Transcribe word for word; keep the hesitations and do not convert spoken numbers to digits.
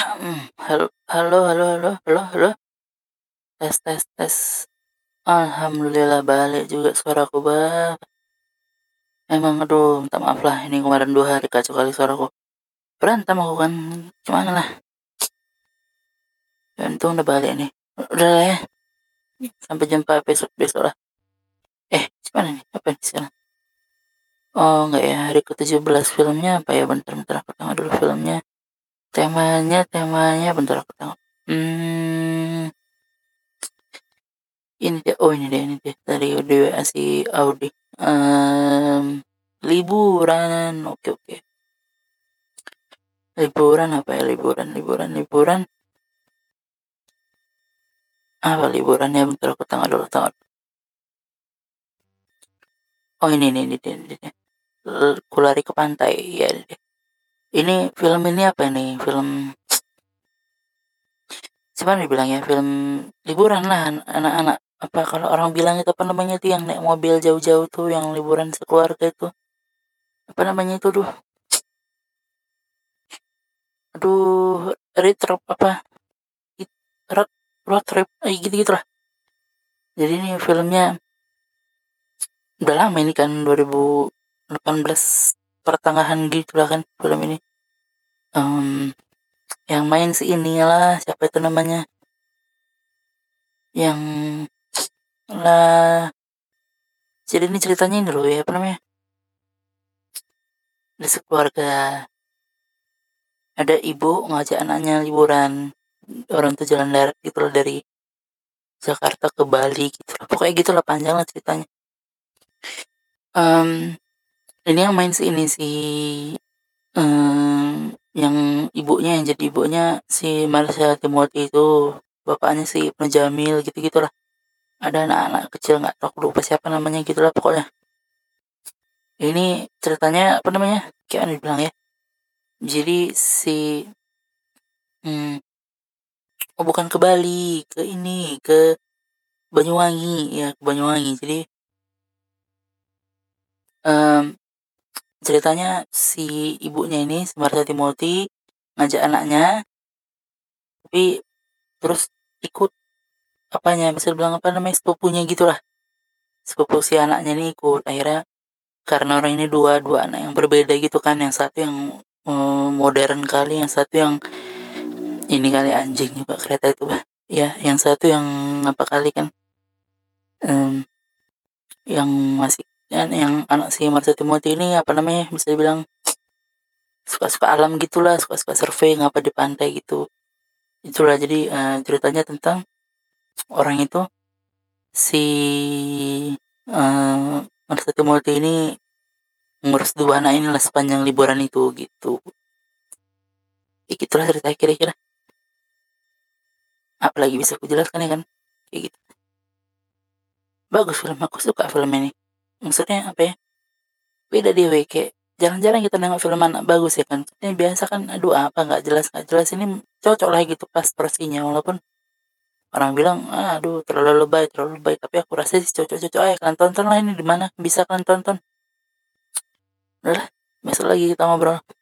Hmm, halo halo halo halo halo halo. Tes tes tes. Alhamdulillah balik juga suaraku, Bang. Emang aduh minta maaf lah ini kemarin dua hari kacau kali suaraku. Berantem aku kan, gimana lah. Ya, untung udah balik nih. Udah lah ya, sampai jumpa besok-besok lah. Eh, gimana nih? Apa nih sekarang? Oh enggak ya, hari ke tujuh belas filmnya apa ya? Bentar-bentar aku tengok dulu filmnya. Temanya, temanya bentar aku tengok. Hmm, ini dia. Oh ini dia, ini dia. Tadi udah W A si Audi. Em, liburan. Oke oke. Liburan apa ya? Liburan, liburan, liburan. Apa liburannya? Bentar aku tengok dulu, tengok. Oh ini, ini, ini, ini, ini. L- Kulari ke pantai. Ya, ini dia. Ini film ini apa nih? Film siapa dibilang ya? Film liburan lah an- anak-anak. Apa kalau orang bilang itu apa namanya tuh yang naik mobil jauh-jauh tuh yang liburan sekeluarga itu? Apa namanya itu duh? Aduh, retro apa? It- Road, road trip, eh, gitu-gitu lah. Jadi ini filmnya udah lama ini kan dua ribu delapan belas pertengahan gitu lah kan film ini. Em, yang main si inilah siapa itu namanya? Yang lah jadi ini ceritanya ini loh ya apa namanya? Di sekeluarga ada ibu ngajak anaknya liburan orang tuh jalan darat gitu loh dari Jakarta ke Bali gitu loh. Pokoknya gitu lah panjang lah ceritanya. Em, ini yang main si ini si em, yang ibunya yang jadi ibunya si Marsha Timothy itu bapaknya si Ibnu Jamil gitu gitulah ada anak-anak kecil nggak tahu aku lupa siapa namanya gitulah pokoknya ini ceritanya apa namanya kayak mana dibilang ya jadi si hmm, oh bukan ke Bali ke ini ke Banyuwangi ya ke Banyuwangi jadi em, ceritanya si ibunya ini si Marsha Timothy ngajak anaknya tapi terus ikut apanya bisa bilang apa namanya sepupunya gitulah sepupu si anaknya ini ikut akhirnya karena orang ini dua dua anak yang berbeda gitu kan yang satu yang eh, modern kali yang satu yang ini kali anjing juga kereta itu bah ya yang satu yang apa kali kan em, yang masih yang, yang anak si Marcel Timothy ini apa namanya bisa dibilang suka-suka alam gitulah suka-suka survei ngapa di pantai gitu itulah jadi eh, ceritanya tentang orang itu si eh Marcel Timothy ini ngurus dua anak ini lah sepanjang liburan itu gitu ya gitulah cerita kira-kira apalagi bisa aku jelaskan ya kan kayak gitu bagus film aku suka film ini maksudnya apa ya beda dia we kayak jarang-jarang kita nengok film anak bagus ya kan ini biasa kan aduh apa nggak jelas nggak jelas ini cocok lah gitu pas porsinya walaupun orang bilang ah, aduh terlalu lebay terlalu lebay tapi aku rasa sih cocok-cocok aja kalian tonton lah ini di mana bisa kalian tonton udah lah besok lagi kita ngobrol